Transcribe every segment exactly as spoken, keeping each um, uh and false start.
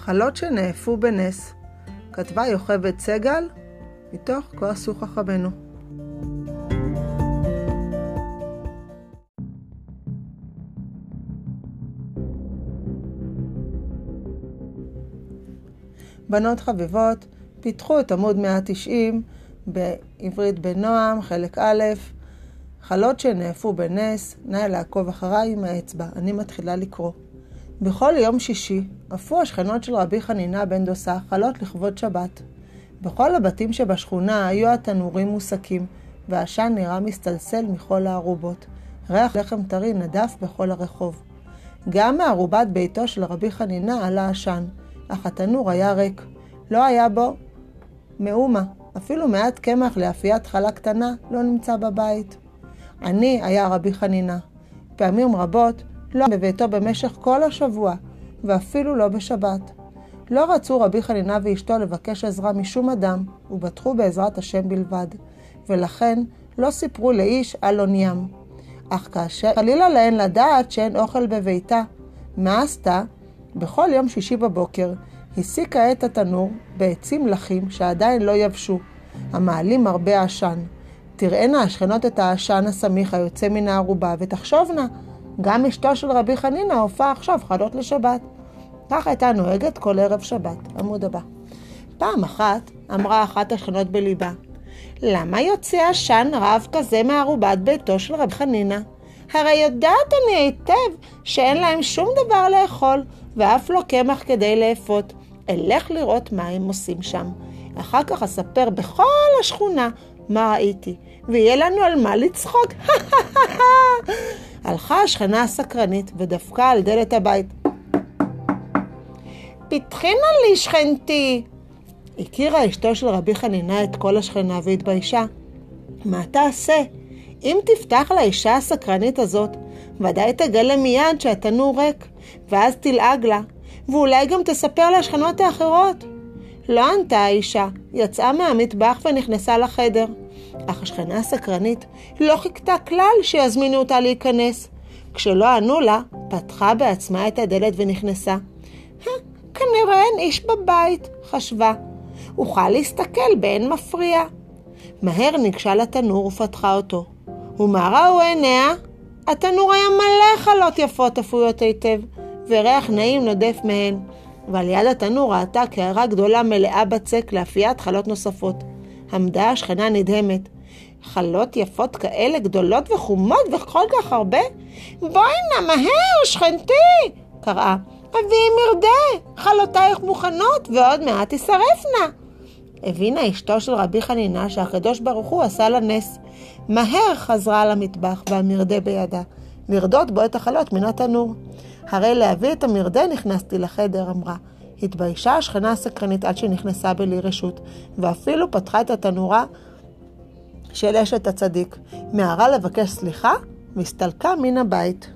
חלות שנאפו בנס, כתבה יוכבד סגל, מתוך כה עשו חכמינו. בנות חביבות, פיתחו את עמוד מאה תשעים בעברית בנועם, חלק א', חלות שנאפו בנס, נא לעקוב אחריי עם האצבע, אני מתחילה לקרוא. בכל יום שישי, אפו השכנות של רבי חנינה בן דוסה חלות לכבוד שבת. בכל הבתים שבשכונה היו התנורים מוסקים, והעשן נראה מסתלסל מכל הערובות. ריח לחם טרי נדף בכל הרחוב. גם מערובת ביתו של רבי חנינה עלה עשן, אך התנור היה ריק. לא היה בו מאומה, אפילו מעט קמח לאפיית חלה קטנה לא נמצא בבית. אני היה רבי חנינה. פעמים רבות לא בביתו במשך כל השבוע, ואפילו לא בשבת. לא רצו רבי חנינה ואשתו לבקש עזרה משום אדם, ובטחו בעזרת השם בלבד, ולכן לא סיפרו לאיש על עוניים. אך כאשר חלילה להן לדעת שאין אוכל בביתה, מה עשתה? בכל יום שישי בבוקר הסיקה את התנור בעצים לחים שעדיין לא יבשו, המעלים הרבה עשן. תראינה השכנות את העשן הסמיך היוצא מן הערובה, ותחשובנה, גם אשתו של רבי חנינה הופעה עכשיו חלות לשבת. כך הייתה נוהגת כל ערב שבת. עמוד הבא. פעם אחת אמרה אחת השכנות בליבה, למה יוצא עשן רב כזה מערובת ביתו של רבי חנינה? הרי יודעת אני היטב שאין להם שום דבר לאכול, ואף לא קמח כדי לאפות. אלך לראות מה הם עושים שם. אחר כך אספר בכל השכונה מה ראיתי, ויהיה לנו על מה לצחוק. הלכה השכנה הסקרנית ודפקה על דלת הבית. פתחינה לי שכנתי. הכירה אשתו של רבי חנינה את כל השכנה והתביישה. מה תעשה? אם תפתח לאישה הסקרנית הזאת, ודאי תגלה מיד שהתנור ריק, ואז תלעג לה, ואולי גם תספר לשכנות האחרות. לא ענתה האישה, יצאה מהמטבח ונכנסה לחדר. אך השכנה הסקרנית לא חיכתה כלל שיזמינו אותה להיכנס. כשלא ענו לה, פתחה בעצמה את הדלת ונכנסה. כנראה אין איש בבית, חשבה. אוכל להסתכל באין מפריע. מהר ניגשה לתנור ופתחה אותו. ומה ראו עיניה? התנור היה מלא חלות יפות אפויות היטב, וריח נעים נודף מהן. ועל יד התנור ראתה קערה גדולה מלאה בצק לאפיית חלות נוספות. עמדה השכנה נדהמת. חלות יפות כאלה גדולות וחומות וכל כך הרבה? בואי נא מהר, שכנתי! קראה. אביאי מרדה, חלותייך מוכנות ועוד מעט תשרפנה. הבינה אשתו של רבי חנינה שהקדוש ברוך הוא עשה לה נס. מהר חזרה על המטבח והמרדה בידה, לרדות בו את החלות מן התנור. הרי להביא את המרדה נכנסתי לחדר, אמרה. התביישה השכנה הסקרנית עד שנכנסה בלי רשות, ואפילו פתחה את התנורה של אשת הצדיק. מהרה לבקש סליחה, והסתלקה מן הבית.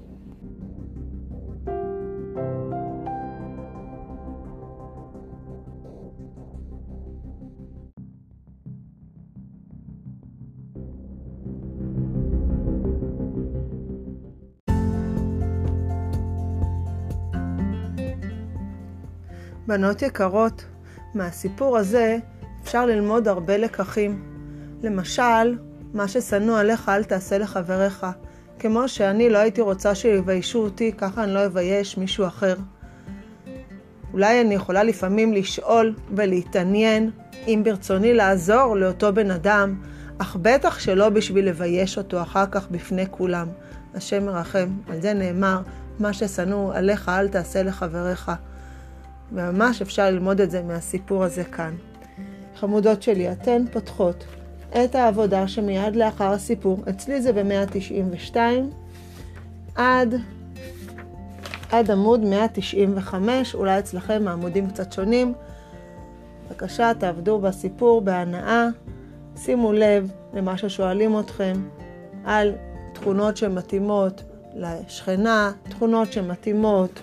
בנות יקרות, מהסיפור הזה אפשר ללמוד הרבה לקחים. למשל, מה ששנוא עליך אל תעשה לחבריך. כמו שאני לא הייתי רוצה שיביישו אותי, ככה אני לא אבייש מישהו אחר. אולי אני יכולה לפעמים לשאול ולהתעניין אם ברצוני לעזור לאותו בן אדם, אך בטח שלא בשביל לבייש אותו אחר כך בפני כולם. השם מרחם, על זה נאמר, מה ששנוא עליך אל תעשה לחבריך. וממש אפשר ללמוד את זה מהסיפור הזה כאן. חמודות שלי, אתן פותחות את העבודה שמיד לאחר הסיפור, אצלי זה ב-מאה תשעים ושתיים, עד, עד עמוד מאה תשעים וחמש, אולי אצלכם העמודים קצת שונים. בבקשה, תעבדו בסיפור בהנאה, שימו לב למה ששואלים אתכם, על תכונות שמתאימות לשכנה, תכונות שמתאימות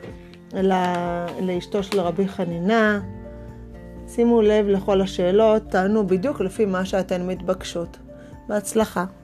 לאשתו של רבי חנינה. שימו לב לכל השאלות, תענו בדיוק לפי מה שאתן מתבקשות. בהצלחה.